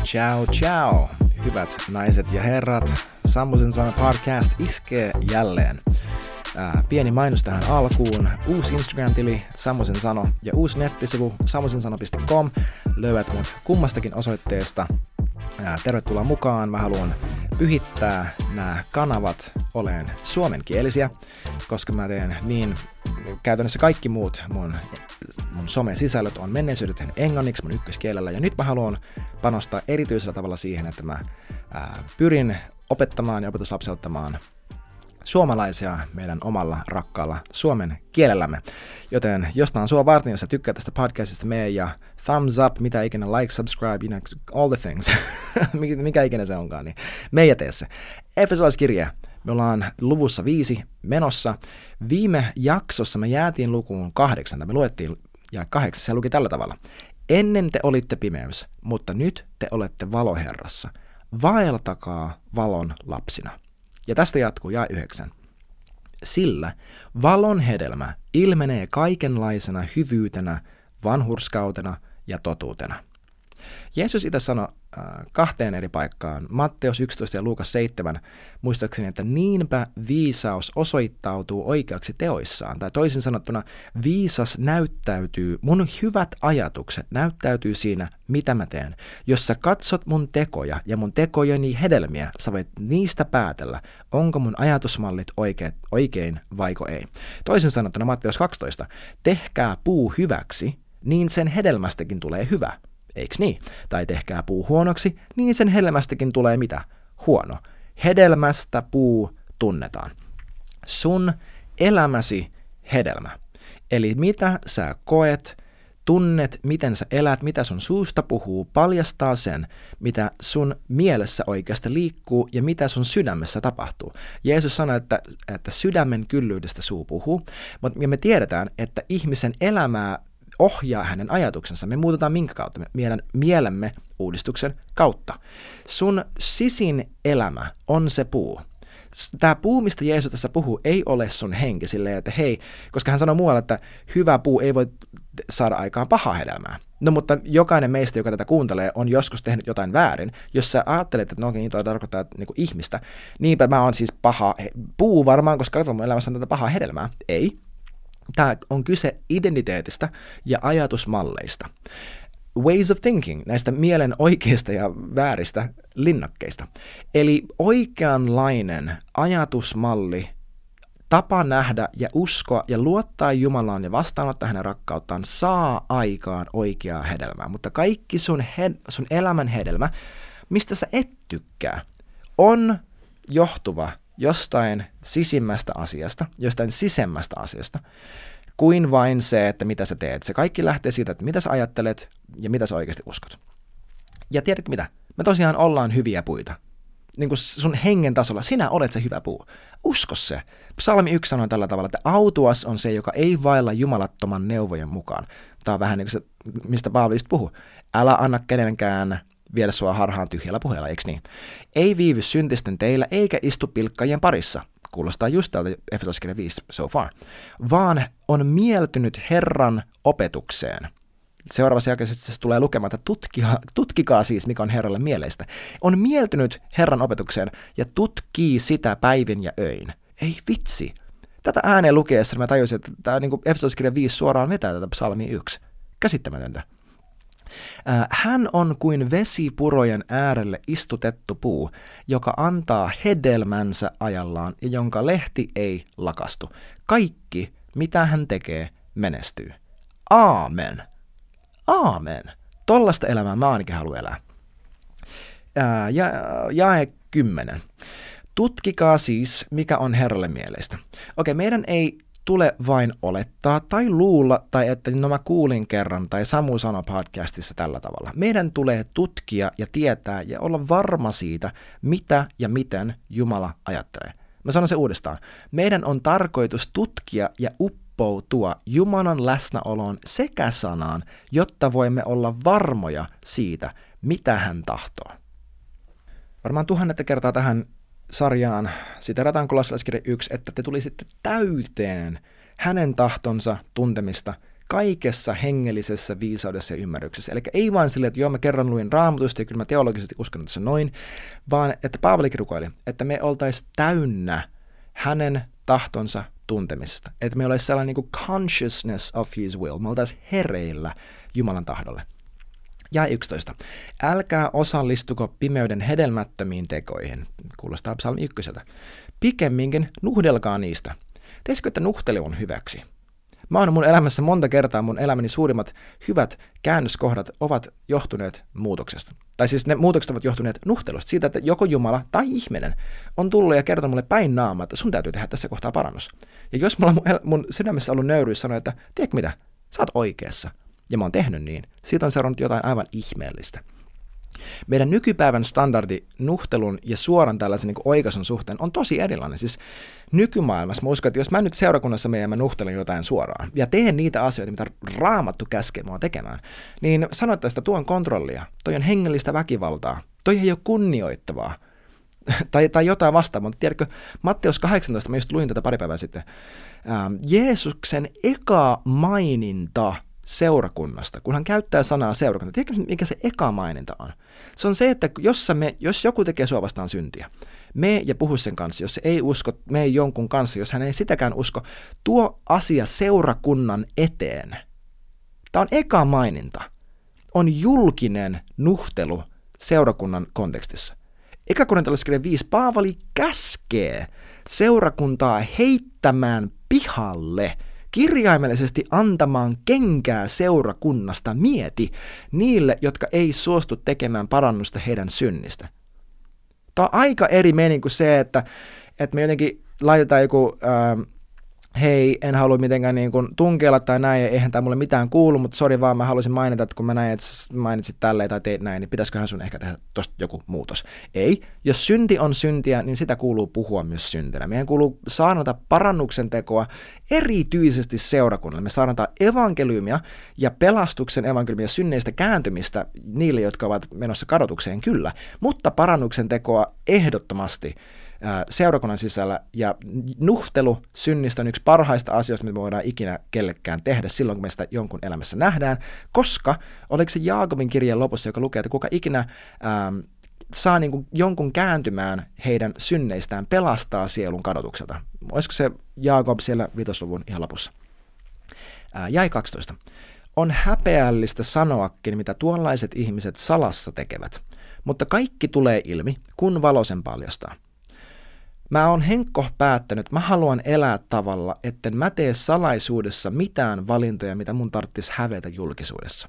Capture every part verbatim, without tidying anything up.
Ciao, ciao, hyvät naiset ja herrat. Sammusen sana podcast iskee jälleen. Ää, pieni mainos tähän alkuun. Uusi Instagram-tili Sammusen sano ja uusi nettisivu sammosensano piste com. Löydät mut kummastakin osoitteesta. Ää, tervetuloa mukaan. Mä haluan pyhittää nämä kanavat oleen suomenkielisiä, koska mä teen niin käytännössä kaikki muut mun, mun some-sisällöt on menneisyydet englanniksi mun ykköskielellä, ja nyt mä haluan panostaa erityisellä tavalla siihen, että mä ää, pyrin opettamaan ja opetuslapseuttamaan suomalaisia meidän omalla rakkaalla suomen kielellämme. Joten jos tää on sua varten, jos sä tykkää tästä podcastista, mene ja thumbs up, mitä ikinä, like, subscribe, you know, all the things, mikä ikinä se onkaan, niin mene ja tee se. Efesolaiskirje. Me ollaan luvussa viisi menossa. Viime jaksossa me jäätiin lukuun kahdeksan, me luettiin ja kahdeksan, se luki tällä tavalla. Ennen te olitte pimeys, mutta nyt te olette valoherrassa. Vaeltakaa valon lapsina. Ja tästä jatkuu jae yhdeksän. Sillä valon hedelmä ilmenee kaikenlaisena hyvyytenä, vanhurskautena ja totuutena. Jeesus itse sanoi äh, kahteen eri paikkaan, Matteus yksitoista ja Luukas seitsemän, muistaakseni, että niinpä viisaus osoittautuu oikeaksi teoissaan. Tai toisin sanottuna, viisas näyttäytyy, mun hyvät ajatukset näyttäytyy siinä, mitä mä teen. Jos sä katsot mun tekoja ja mun tekojeni hedelmiä, sä voit niistä päätellä, onko mun ajatusmallit oikein, oikein vaiko ei. Toisin sanottuna Matteus kaksitoista, tehkää puu hyväksi, niin sen hedelmästäkin tulee hyvä. Eiks niin? Tai tehkää puu huonoksi, niin sen hedelmästäkin tulee mitä? Huono. Hedelmästä puu tunnetaan. Sun elämäsi hedelmä. Eli mitä sä koet, tunnet, miten sä elät, mitä sun suusta puhuu, paljastaa sen, mitä sun mielessä oikeasti liikkuu ja mitä sun sydämessä tapahtuu. Jeesus sanoi, että, että sydämen kyllyydestä suu puhuu, mutta me tiedetään, että ihmisen elämää ohjaa hänen ajatuksensa. Me muutetaan minkä kautta? Meidän mielemme uudistuksen kautta. Sun sisin elämä on se puu. Tämä puu, mistä Jeesus tässä puhuu, ei ole sun henki silleen, että hei, koska hän sanoi muualla, että hyvä puu ei voi saada aikaan pahaa hedelmää. No mutta jokainen meistä, joka tätä kuuntelee, on joskus tehnyt jotain väärin. Jos sä ajattelet, että no niin toi tarkoittaa niin kuin ihmistä, niinpä mä oon siis paha puu varmaan, koska katsotaan mun elämässä on tätä pahaa hedelmää. Ei. Tämä on kyse identiteetistä ja ajatusmalleista. Ways of thinking, näistä mielen oikeista ja vääristä linnakkeista. Eli oikeanlainen ajatusmalli, tapa nähdä ja uskoa ja luottaa Jumalaan ja vastaanottaa hänen rakkauttaan saa aikaan oikeaa hedelmää. Mutta kaikki sun, he- sun elämän hedelmä, mistä sä et tykkää, on johtuva jostain sisimmästä asiasta, jostain sisemmästä asiasta, kuin vain se, että mitä sä teet. Se kaikki lähtee siitä, että mitä sä ajattelet ja mitä sä oikeasti uskot. Ja tiedätkö mitä? Me tosiaan ollaan hyviä puita. Niin kuin sun hengen tasolla, sinä olet se hyvä puu. Usko se. Psalmi yksi sanoo tällä tavalla, että autuas on se, joka ei vailla jumalattoman neuvojen mukaan. Tämä on vähän niin kuin se, mistä Paavi just puhuu. Älä anna kenenkään viedä sua harhaan tyhjällä puheella, eikö niin? Ei viivy syntisten teillä, eikä istu pilkkajien parissa. Kuulostaa just täältä Efesolaiskirja viisi so far. Vaan on mieltynyt Herran opetukseen. Seuraavassa jakeessa se tulee lukemaan, että tutkikaa, tutkikaa siis, mikä on Herralle mieleistä. On mieltynyt Herran opetukseen ja tutkii sitä päivin ja öin. Ei vitsi. Tätä ääneen lukeessa mä tajusin, että tämä niin Efesolaiskirja viisi suoraan vetää tätä psalmi yksi. Käsittämätöntä. Hän on kuin vesipurojen äärelle istutettu puu, joka antaa hedelmänsä ajallaan ja jonka lehti ei lakastu. Kaikki, mitä hän tekee, menestyy. Aamen. Aamen. Tollaista elämää mä ainakin haluan elää. Ää, ja, jae kymmenen. Tutkikaa siis, mikä on Herralle mieleistä. Okei, meidän ei tule vain olettaa tai luulla, tai että no mä kuulin kerran, tai Samu sanoi podcastissa tällä tavalla. Meidän tulee tutkia ja tietää ja olla varma siitä, mitä ja miten Jumala ajattelee. Mä sanon se uudestaan. Meidän on tarkoitus tutkia ja uppoutua Jumalan läsnäoloon sekä sanaan, jotta voimme olla varmoja siitä, mitä hän tahtoo. Varmaan tuhannetta kertaa tähän sarjaan siterataan Kolossalaiskirja yksi, että te tulisitte täyteen hänen tahtonsa tuntemista kaikessa hengellisessä viisaudessa ja ymmärryksessä. Eli ei vain sille, että joo, mä kerran luin Raamatusta ja kyllä mä teologisesti uskon, että se on noin, vaan että Paavalikin rukoili, että me oltaisiin täynnä hänen tahtonsa tuntemisesta. Että me olisi sellainen niin kuin consciousness of his will. Me oltaisiin hereillä Jumalan tahdolle. Ja yksitoista. Älkää osallistuko pimeyden hedelmättömiin tekoihin. Kuulostaa psalmi ykköseltä. Pikemminkin nuhdelkaa niistä. Teisikö, että nuhtelu on hyväksi? Mä oon mun elämässä monta kertaa mun elämäni suurimmat hyvät käännöskohdat ovat johtuneet muutoksesta. Tai siis ne muutokset ovat johtuneet nuhtelusta. Siitä, että joko Jumala tai ihminen on tullut ja kertonut mulle päin naamaa, että sun täytyy tehdä tässä kohtaa parannus. Ja jos mulla on mun, mun sydämessä ollut nöyryys sanoa, että tiedätkö mitä, sä oot oikeassa. Ja mä oon tehnyt niin. Siitä on seurannut jotain aivan ihmeellistä. Meidän nykypäivän standardi nuhtelun ja suoran tällaisen niin kuin oikaisun suhteen on tosi erilainen. Siis nykymaailmassa mä uskon, että jos mä nyt seurakunnassa menen ja mä nuhtelen jotain suoraan ja teen niitä asioita, mitä Raamattu käskee mua tekemään, niin sanottaisiin, että tuo on kontrollia, toi on hengellistä väkivaltaa, toi ei ole kunnioittavaa tai, tai jotain vastaavaa. Mutta tiedätkö, Matteus kahdeksantoista, mä just luin tätä pari päivää sitten, ää, Jeesuksen eka maininta seurakunnasta, kun hän käyttää sanaa seurakunta. Tiedätkö, mikä se eka maininta on? Se on se, että jos, me, jos joku tekee sua vastaan syntiä, me ja puhu sen kanssa, jos se ei usko, me ei jonkun kanssa, jos hän ei sitäkään usko, tuo asia seurakunnan eteen. Tämä on eka maininta. On julkinen nuhtelu seurakunnan kontekstissa. Eka Korintolaiskirja viisi, Paavali käskee seurakuntaa heittämään pihalle, kirjaimellisesti antamaan kenkää seurakunnasta, mieti, niille, jotka ei suostu tekemään parannusta heidän synnistä. Tämä on aika eri meni kuin se, että, että me jotenkin laitetaan joku, ää, hei, en halua mitenkään niin kuin tunkeilla tai näin, ja eihän tämä mulle mitään kuulu, mutta sori vaan, mä haluaisin mainita, että kun mä näin, että mainitsit tälleen tai teit näin, niin pitäisiköhän sun ehkä tehdä tosta joku muutos. Ei, jos synti on syntiä, niin sitä kuuluu puhua myös syntinä. Meidän kuuluu saarnata parannuksen tekoa erityisesti seurakunnalle. Me saarnataan evankeliumia ja pelastuksen evankeliumia synneistä kääntymistä niille, jotka ovat menossa kadotukseen, kyllä, mutta parannuksen tekoa ehdottomasti seurakunnan sisällä, ja nuhtelu synnistä on yksi parhaista asioista, mitä me voidaan ikinä kellekään tehdä silloin, kun me sitä jonkun elämässä nähdään, koska oliko se Jaakobin kirjan lopussa, joka lukee, että kuka ikinä ähm, saa niin kuin jonkun kääntymään heidän synneistään, pelastaa sielun kadotukselta. Olisiko se Jaakob siellä viitosluvun ihan lopussa? Äh, jäi kaksitoista. On häpeällistä sanoakin, mitä tuollaiset ihmiset salassa tekevät, mutta kaikki tulee ilmi, kun valo sen paljastaa. Mä oon Henkko päättänyt, mä haluan elää tavalla, etten mä tee salaisuudessa mitään valintoja, mitä mun tarvitsisi hävetä julkisuudessa.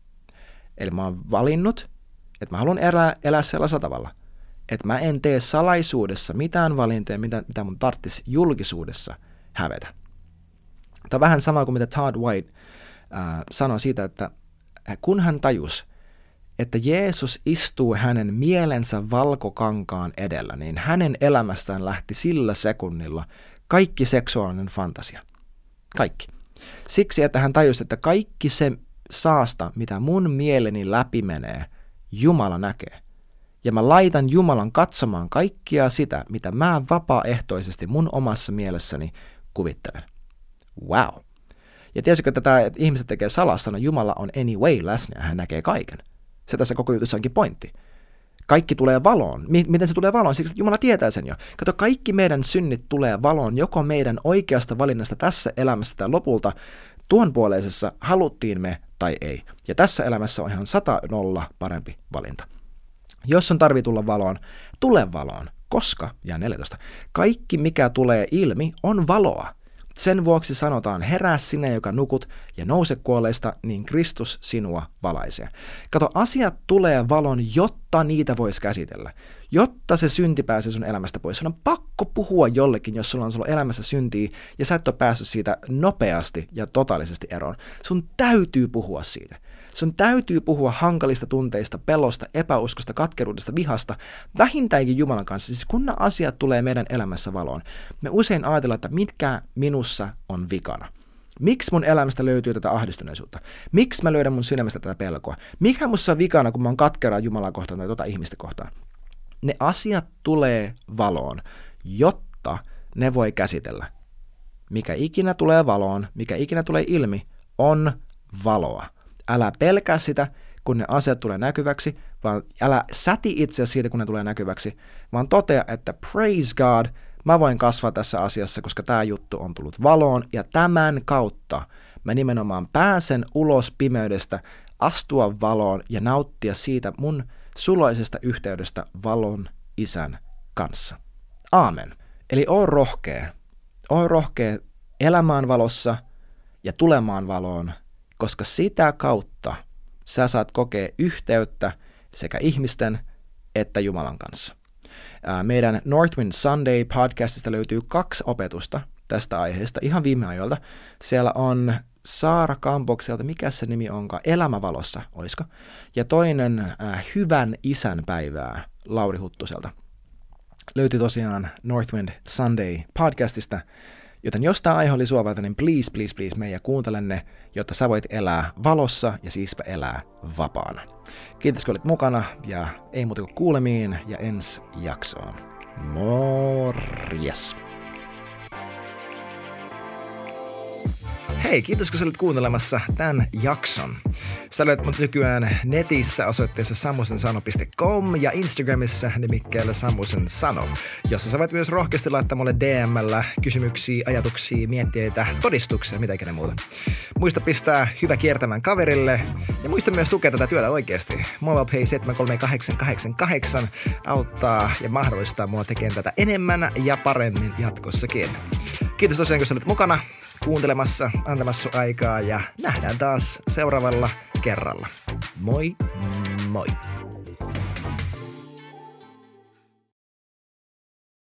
Eli mä oon valinnut, että mä haluan elää, elää sellaisella tavalla, että mä en tee salaisuudessa mitään valintoja, mitä, mitä mun tarvitsisi julkisuudessa hävetä. Tämä on vähän sama kuin mitä Todd White äh, sanoi siitä, että kun hän tajusi, että Jeesus istuu hänen mielensä valkokankaan edellä, niin hänen elämästään lähti sillä sekunnilla kaikki seksuaalinen fantasia. Kaikki. Siksi, että hän tajusi, että kaikki se saasta, mitä mun mieleni läpi menee, Jumala näkee. Ja mä laitan Jumalan katsomaan kaikkia sitä, mitä mä vapaaehtoisesti mun omassa mielessäni kuvittelen. Wow. Ja tiesitkö, että tämä, että ihmiset tekee salassa, no Jumala on anyway läsnä ja hän näkee kaiken. Se tässä koko jutussa onkin pointti. Kaikki tulee valoon. Miten se tulee valoon? Siksi Jumala tietää sen jo. Kato, kaikki meidän synnit tulee valoon, joko meidän oikeasta valinnasta tässä elämässä tai lopulta tuonpuoleisessa haluttiin me tai ei. Ja tässä elämässä on ihan sata nolla parempi valinta. Jos on tarvii tulla valoon, tule valoon. Koska, ja neljätoista, kaikki mikä tulee ilmi on valoa. Sen vuoksi sanotaan, herää sinä, joka nukut, ja nouse kuolleista, niin Kristus sinua valaisee. Kato, asiat tulee valon, jotta niitä voisi käsitellä. Jotta se synti pääsee sun elämästä pois. Sun on pakko puhua jollekin, jos sulla on sulla elämässä syntiä, ja sä et ole päässyt siitä nopeasti ja totaalisesti eroon. Sun täytyy puhua siitä. Sun täytyy puhua hankalista tunteista, pelosta, epäuskosta, katkeruudesta, vihasta, vähintäänkin Jumalan kanssa. Siis kun nämä asiat tulee meidän elämässä valoon, me usein ajatellaan, että mitkä minussa on vikana. Miksi mun elämästä löytyy tätä ahdistuneisuutta? Miksi mä löydän mun sydämestä tätä pelkoa? Mikä mussa on vikana, kun mä oon katkeraa Jumalan kohtaan tai tota ihmistä kohtaan? Ne asiat tulee valoon, jotta ne voi käsitellä. Mikä ikinä tulee valoon, mikä ikinä tulee ilmi, on valoa. Älä pelkää sitä, kun ne asiat tulee näkyväksi, vaan älä säti itse siitä, kun ne tulee näkyväksi, vaan totea, että praise God, mä voin kasvaa tässä asiassa, koska tämä juttu on tullut valoon, ja tämän kautta mä nimenomaan pääsen ulos pimeydestä, astua valoon ja nauttia siitä mun suloisesta yhteydestä valon isän kanssa. Aamen. Eli oo rohkea. Oo rohkea elämään valossa ja tulemaan valoon, koska sitä kautta sä saat kokea yhteyttä sekä ihmisten että Jumalan kanssa. Meidän Northwind Sunday podcastista löytyy kaksi opetusta tästä aiheesta ihan viime ajoilta. Siellä on Saara Kampokselta, mikä se nimi onkaan, Elämävalossa, oisko? Ja toinen äh, Hyvän isän päivää Lauri Huttuselta. Löytyy tosiaan Northwind Sunday podcastista, joten jos tämä aihe oli suovalta, niin please, please, please, mene ja kuuntele ne, jotta sä voit elää valossa ja siispä elää vapaana. Kiitos, kun olit mukana, ja ei muuta kuin kuulemiin ja ensi jaksoon. Morjes! Hei, kiitos kun sä olit kuuntelemassa tämän jakson. Sä löydät mut nykyään netissä osoitteessa samusensano piste com ja Instagramissa nimikkeellä samusensano, jossa sä voit myös rohkeasti laittaa mulle D M:llä kysymyksiä, ajatuksia, mietteitä, todistuksia, mitä ikinä muuta. Muista pistää hyvä kiertämään kaverille ja muista myös tukea tätä työtä oikeasti. MobilePay seitsemän kolme kahdeksan kahdeksan kahdeksan auttaa ja mahdollistaa mua tekemään tätä enemmän ja paremmin jatkossakin. Kiitos tosiaan, kun sä olit mukana kuuntelemassa, antamassa aikaa ja nähdään taas seuraavalla kerralla. Moi moi!